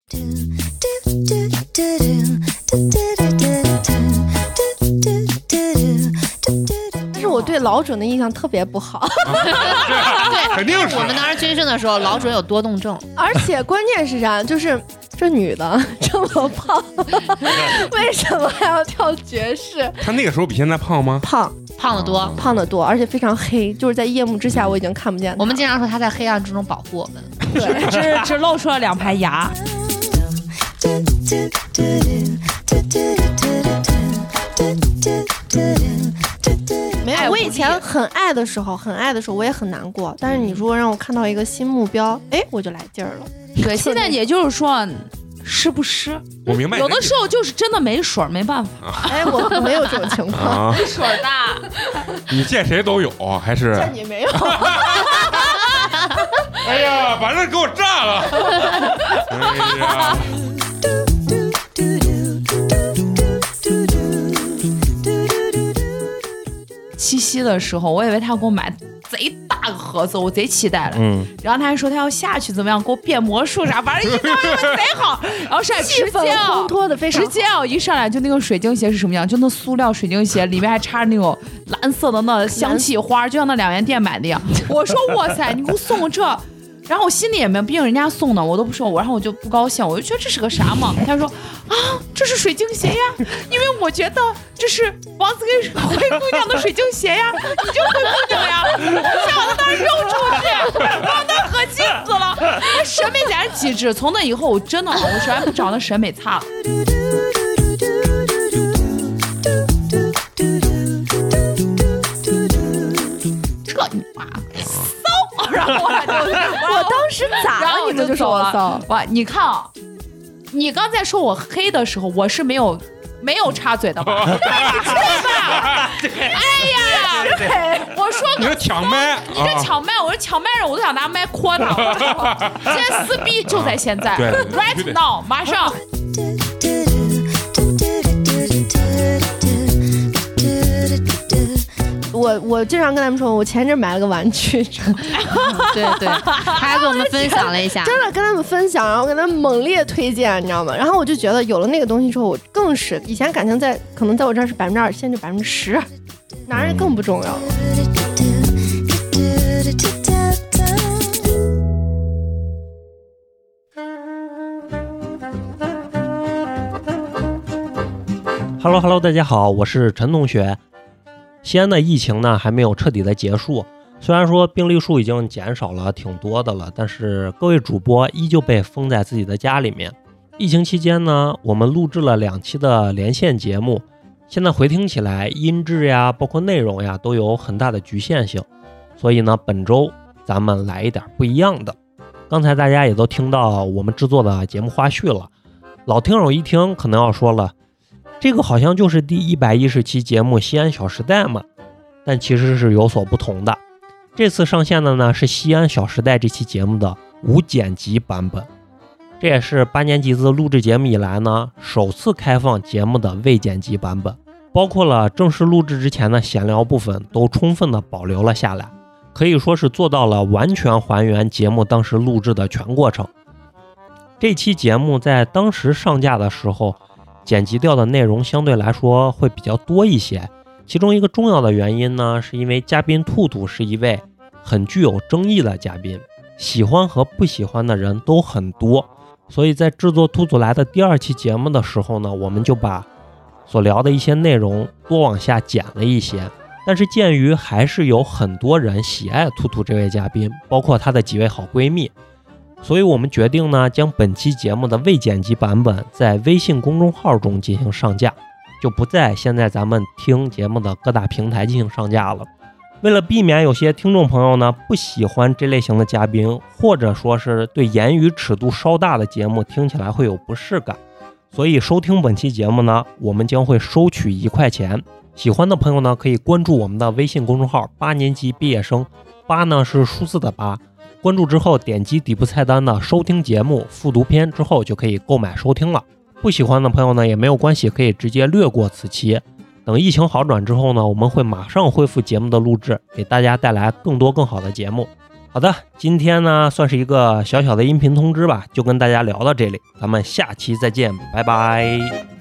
但是我对老准的印象特别不好。 对， 肯定是。 我们当时军训的时候，老准有多动症， 而且关键是啥？就是这女的这么胖，为什么还要跳爵士？ 她那个时候比现在胖吗？ 胖得多， 而且非常黑，就是在夜幕之下我已经看不见她。 我们经常说她在黑暗之中保护我们， 对， 只露出了2排牙。 没有，我以前很爱的时候，我也很难过。但是你如果让我看到一个新目标，哎，我就来劲儿了。 对，现在也就是说，湿不湿？ 我明白。 有的时候就是真的没水，没办法。 哎，我没有这种情况。 没水大。 你见谁都有，还是？ 见你没有。 哎呀，把这给我炸了！哎呀。 七夕的时候，我以为他给我买贼大个盒子，我贼期待了。然后他还说他要下去怎么样，给我变魔术啥，反正一张贼好。然后上来直接烘托的非常好， 直接一上来就那个水晶鞋是什么样？就那塑料水晶鞋里面还插着那种蓝色的那香气花，就像那2元店买的一样。我说哇塞，你给我送我这。然后我心里也没有，毕竟人家送的，我都不说，然后我就不高兴，我就觉得这是个啥嘛？他说啊，这是水晶鞋呀，因为我觉得这是王子跟灰姑娘的水晶鞋呀，你就灰姑娘呀，我想到那儿扔出去，我那可气死了，审美简直极致。从那以后，我真的我实在不找那审美差了。这你妈！然后我当时咋了？你们就说我骚？ 哇，你看啊，你刚才说我黑的时候，我是没有插嘴的吧？对吧？哎呀，我说你这抢麦， 你这抢麦，我说抢麦人，我都想拿麦扩他。现在撕逼就在现在 ，right now， 马上。 我经常跟他们说，我前阵买了个玩具， 对，他还跟我们分享了一下， 真的跟他们分享，然后跟他们猛烈推荐，你知道吗？然后我就觉得有了那个东西之后，我更是以前感情可能在我这儿是20%，现在就10%，男人更不重要。 Hello， 大家好，我是陈同学。西安的疫情呢还没有彻底的结束，虽然说病例数已经减少了挺多的了，但是各位主播依旧被封在自己的家里面。疫情期间呢，我们录制了2期的连线节目，现在回听起来音质呀，包括内容呀，都有很大的局限性。所以呢，本周咱们来一点不一样的。刚才大家也都听到我们制作的节目花絮了，老听友一听可能要说了，这个好像就是第110期节目《西安小时代》嘛，但其实是有所不同的。这次上线的呢是《西安小时代》这期节目的无剪辑版本，这也是8年级自录制节目以来呢首次开放节目的未剪辑版本，包括了正式录制之前的闲聊部分都充分的保留了下来，可以说是做到了完全还原节目当时录制的全过程。这期节目在当时上架的时候，剪辑掉的内容相对来说会比较多一些，其中一个重要的原因呢，是因为嘉宾兔兔是一位很具有争议的嘉宾，喜欢和不喜欢的人都很多，所以在制作兔兔来的第2期节目的时候呢，我们就把所聊的一些内容多往下剪了一些。但是鉴于还是有很多人喜爱兔兔这位嘉宾，包括她的几位好闺蜜，所以我们决定呢，将本期节目的未剪辑版本在微信公众号中进行上架，就不在现在咱们听节目的各大平台进行上架了。为了避免有些听众朋友呢不喜欢这类型的嘉宾，或者说是对言语尺度稍大的节目听起来会有不适感，所以收听本期节目呢，我们将会收取1块钱。喜欢的朋友呢，可以关注我们的微信公众号8年级毕业生，8呢是数字的8，关注之后点击底部菜单的收听节目复读篇之后就可以购买收听了。不喜欢的朋友呢也没有关系，可以直接略过此期。等疫情好转之后呢，我们会马上恢复节目的录制，给大家带来更多更好的节目。 好的，今天呢算是一个小小的音频通知吧，就跟大家聊到这里，咱们下期再见，拜拜。